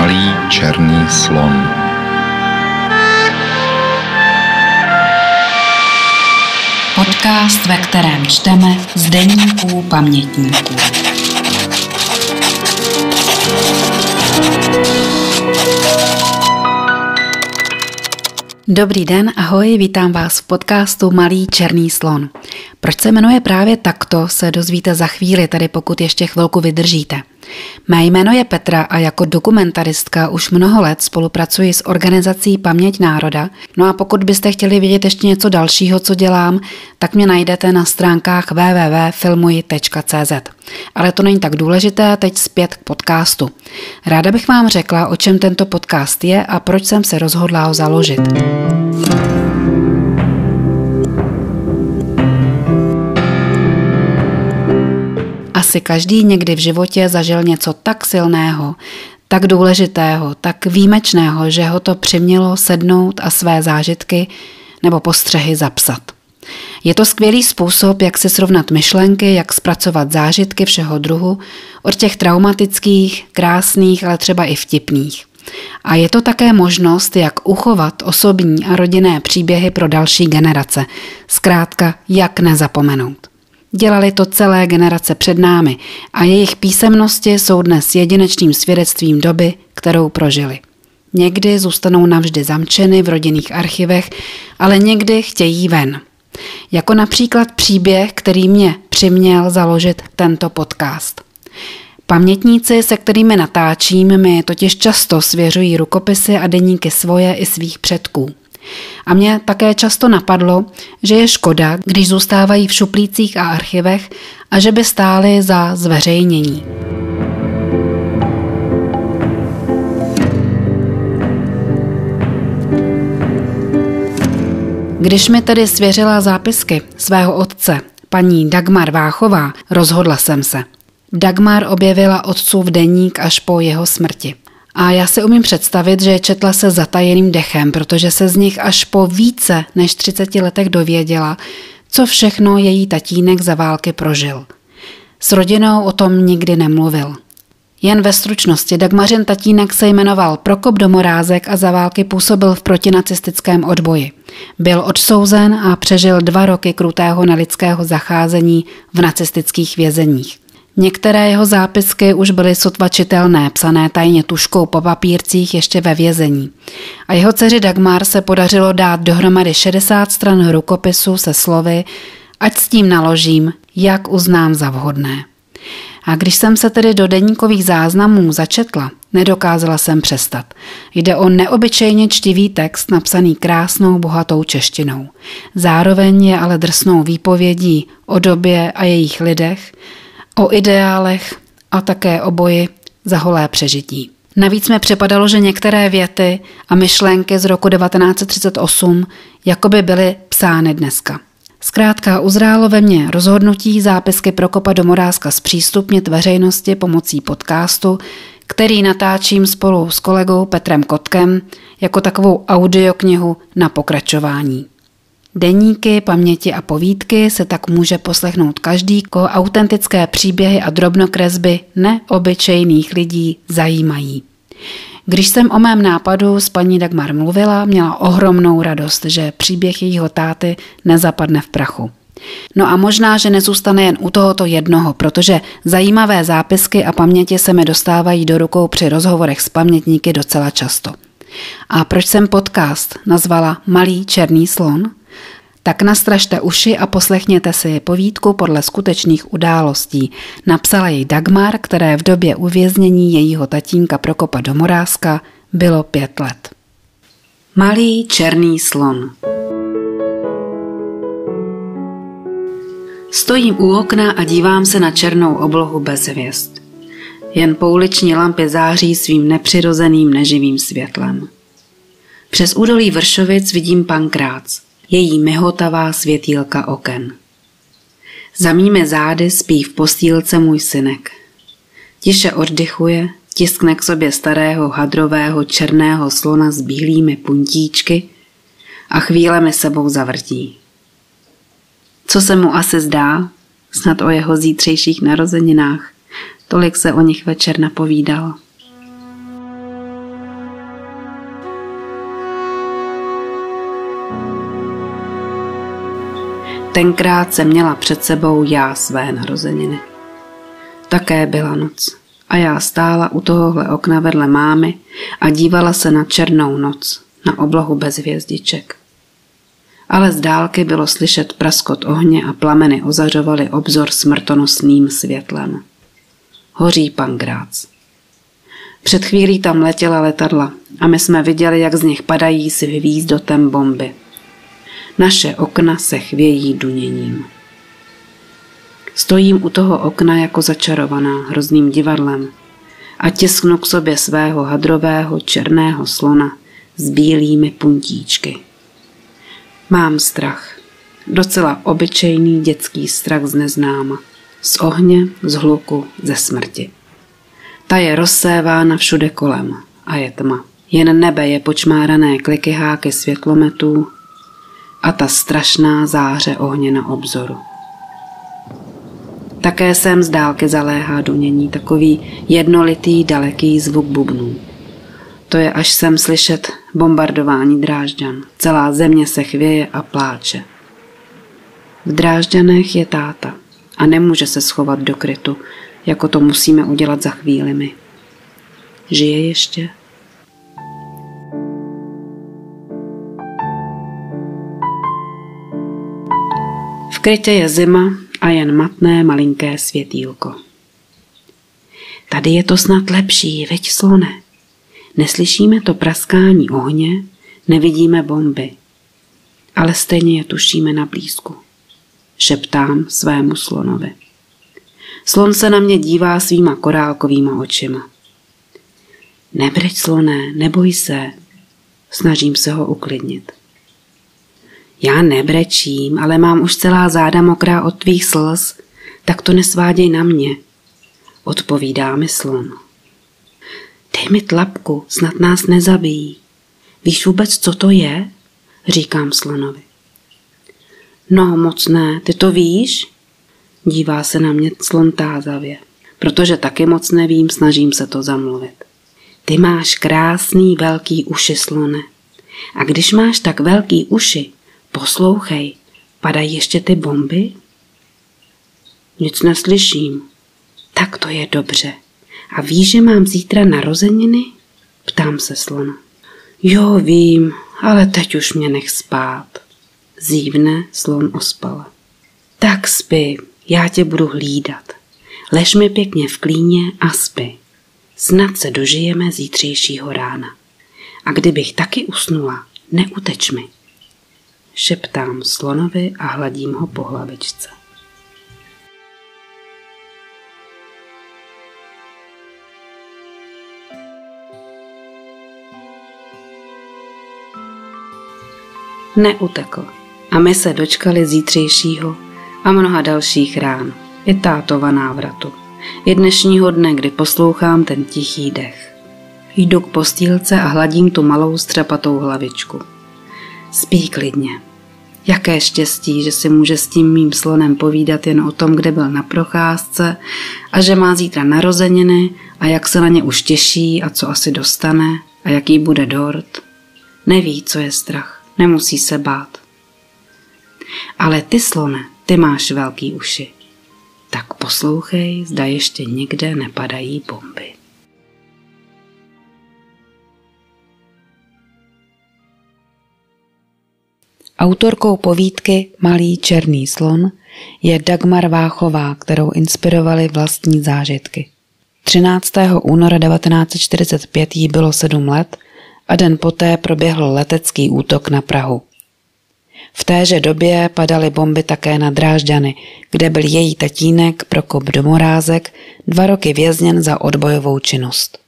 Malý černý slon. Podcast, ve kterém čteme z deníků pamětníků. Dobrý den, ahoj, vítám vás v podcastu Malý černý slon. Proč se jmenuje právě takto, se dozvíte za chvíli, tady pokud ještě chvilku vydržíte. Mé jméno je Petra a jako dokumentaristka už mnoho let spolupracuji s organizací Paměť národa. No a pokud byste chtěli vědět ještě něco dalšího, co dělám, tak mě najdete na stránkách www.filmuji.cz. Ale to není tak důležité, teď zpět k podcastu. Ráda bych vám řekla, o čem tento podcast je a proč jsem se rozhodla ho založit. Asi každý někdy v životě zažil něco tak silného, tak důležitého, tak výjimečného, že ho to přimělo sednout a své zážitky nebo postřehy zapsat. Je to skvělý způsob, jak si srovnat myšlenky, jak zpracovat zážitky všeho druhu, od těch traumatických, krásných, ale třeba i vtipných. A je to také možnost, jak uchovat osobní a rodinné příběhy pro další generace. Zkrátka, jak nezapomenout. Dělali to celé generace před námi a jejich písemnosti jsou dnes jedinečným svědectvím doby, kterou prožili. Někdy zůstanou navždy zamčeny v rodinných archivech, ale někdy chtějí ven. Jako například příběh, který mě přiměl založit tento podcast. Pamětníci, se kterými natáčím, mi totiž často svěřují rukopisy a deníky svoje i svých předků. A mě také často napadlo, že je škoda, když zůstávají v šuplících a archivech a že by stály za zveřejnění. Když mi tedy svěřila zápisky svého otce, paní Dagmar Váchová, rozhodla jsem se. Dagmar objevila otcův deník až po jeho smrti. A já si umím představit, že četla se zatajeným dechem, protože se z nich až po více než 30 letech dověděla, co všechno její tatínek za války prožil. S rodinou o tom nikdy nemluvil. Jen ve stručnosti, Dagmařin tatínek se jmenoval Prokop Domorázek a za války působil v protinacistickém odboji. Byl odsouzen a přežil 2 roky krutého nelidského zacházení v nacistických vězeních. Některé jeho zápisky už byly sotva čitelné, psané tajně tužkou po papírcích ještě ve vězení. A jeho dceři Dagmar se podařilo dát dohromady 60 stran rukopisu se slovy, ať s tím naložím, jak uznám za vhodné. A když jsem se tedy do deníkových záznamů začetla, nedokázala jsem přestat. Jde o neobyčejně čtivý text napsaný krásnou, bohatou češtinou. Zároveň je ale drsnou výpovědí o době a jejich lidech, o ideálech a také o boji za holé přežití. Navíc mi připadalo, že některé věty a myšlenky z roku 1938 jakoby byly psány dneska. Zkrátka uzrálo ve mně rozhodnutí zápisky Prokopa Domorázka zpřístupnit veřejnosti pomocí podcastu, který natáčím spolu s kolegou Petrem Kotkem jako takovou audioknihu na pokračování. Deníky, paměti a povídky se tak může poslechnout každý, koho autentické příběhy a drobnokresby neobyčejných lidí zajímají. Když jsem o mém nápadu s paní Dagmar mluvila, měla ohromnou radost, že příběh jejího táty nezapadne v prachu. No a možná, že nezůstane jen u tohoto jednoho, protože zajímavé zápisky a paměti se mi dostávají do rukou při rozhovorech s pamětníky docela často. A proč jsem podcast nazvala Malý černý slon? Tak nastražte uši a poslechněte si povídku podle skutečných událostí. Napsala jej Dagmar, které v době uvěznění jejího tatínka Prokopa Domorázka bylo 5 let. Malý černý slon. Stojím u okna a dívám se na černou oblohu bez hvězd. Jen pouliční lampy září svým nepřirozeným neživým světlem. Přes údolí Vršovic vidím Pankrác, její mihotavá světýlka oken. Za mými zády spí v postýlce můj synek. Tiše oddychuje, tiskne k sobě starého hadrového černého slona s bílými puntíčky a chvílemi sebou zavrtí. Co se mu asi zdá, snad o jeho zítřejších narozeninách, tolik se o nich večer napovídal. Tenkrát jsem měla před sebou já své narozeniny. Také byla noc a já stála u tohohle okna vedle mámy a dívala se na černou noc, na oblohu bez hvězdiček. Ale z dálky bylo slyšet praskot ohně a plameny ozařovaly obzor smrtonosným světlem. Hoří Pankrác. Před chvílí tam letěla letadla a my jsme viděli, jak z nich padají s hvízdotem bomby. Naše okna se chvějí duněním. Stojím u toho okna jako začarovaná hrozným divadlem a tisknu k sobě svého hadrového černého slona s bílými puntíčky. Mám strach. Docela obyčejný dětský strach z neznáma. Z ohně, z hluku, ze smrti. Ta je rozsévána všude kolem a je tma. Jen nebe je počmárané kliky háky světlometů a ta strašná záře ohně na obzoru. Také sem z dálky zaléhá dunění, takový jednolitý daleký zvuk bubnů. To je až sem slyšet bombardování Drážďan. Celá země se chvěje a pláče. V Drážďanech je táta a nemůže se schovat do krytu, jako to musíme udělat za chvíli my. Žije ještě? V krytě je zima a jen matné malinké světýlko. Tady je to snad lepší, veď slone. Neslyšíme to praskání ohně, nevidíme bomby, ale stejně je tušíme na blízku. Šeptám svému slonovi. Slon se na mě dívá svýma korálkovýma očima. Nebreč, sloné, neboj se. Snažím se ho uklidnit. Já nebrečím, ale mám už celá záda mokrá od tvých slz, tak to nesváděj na mě, odpovídá mi slon. Dej mi tlapku, snad nás nezabijí. Víš vůbec, co to je? Říkám slonovi. No, moc ne, ty to víš? Dívá se na mě slon tázavě. Protože taky moc nevím, snažím se to zamluvit. Ty máš krásný velký uši, slone. A když máš tak velký uši, poslouchej, padají ještě ty bomby? Nic neslyším. Tak to je dobře. A víš, že mám zítra narozeniny? Ptám se slona. Jo, vím, ale teď už mě nech spát. Zívne slon ospala. Tak spí, já tě budu hlídat. Lež mi pěkně v klíně a spí. Snad se dožijeme zítřejšího rána. A kdybych taky usnula, neuteč mi. Šeptám slonovi a hladím ho po hlavičce. Neutekl a my se dočkali zítřejšího a mnoha dalších rán, i tátova návratu, i dnešního dne, kdy poslouchám ten tichý dech. Jdu k postýlce a hladím tu malou střepatou hlavičku. Spí klidně. Jaké štěstí, že si může s tím mým slonem povídat jen o tom, kde byl na procházce a že má zítra narozeniny a jak se na ně už těší a co asi dostane a jaký bude dort. Neví, co je strach. Nemusí se bát. Ale ty, slone, ty máš velký uši. Tak poslouchej, zda ještě nikde nepadají bomby. Autorkou povídky Malý černý slon je Dagmar Váchová, kterou inspirovaly vlastní zážitky. 13. února 1945 jí bylo 7 let a den poté proběhl letecký útok na Prahu. V téže době padaly bomby také na Drážďany, kde byl její tatínek Prokop Domorázek 2 roky vězněn za odbojovou činnost.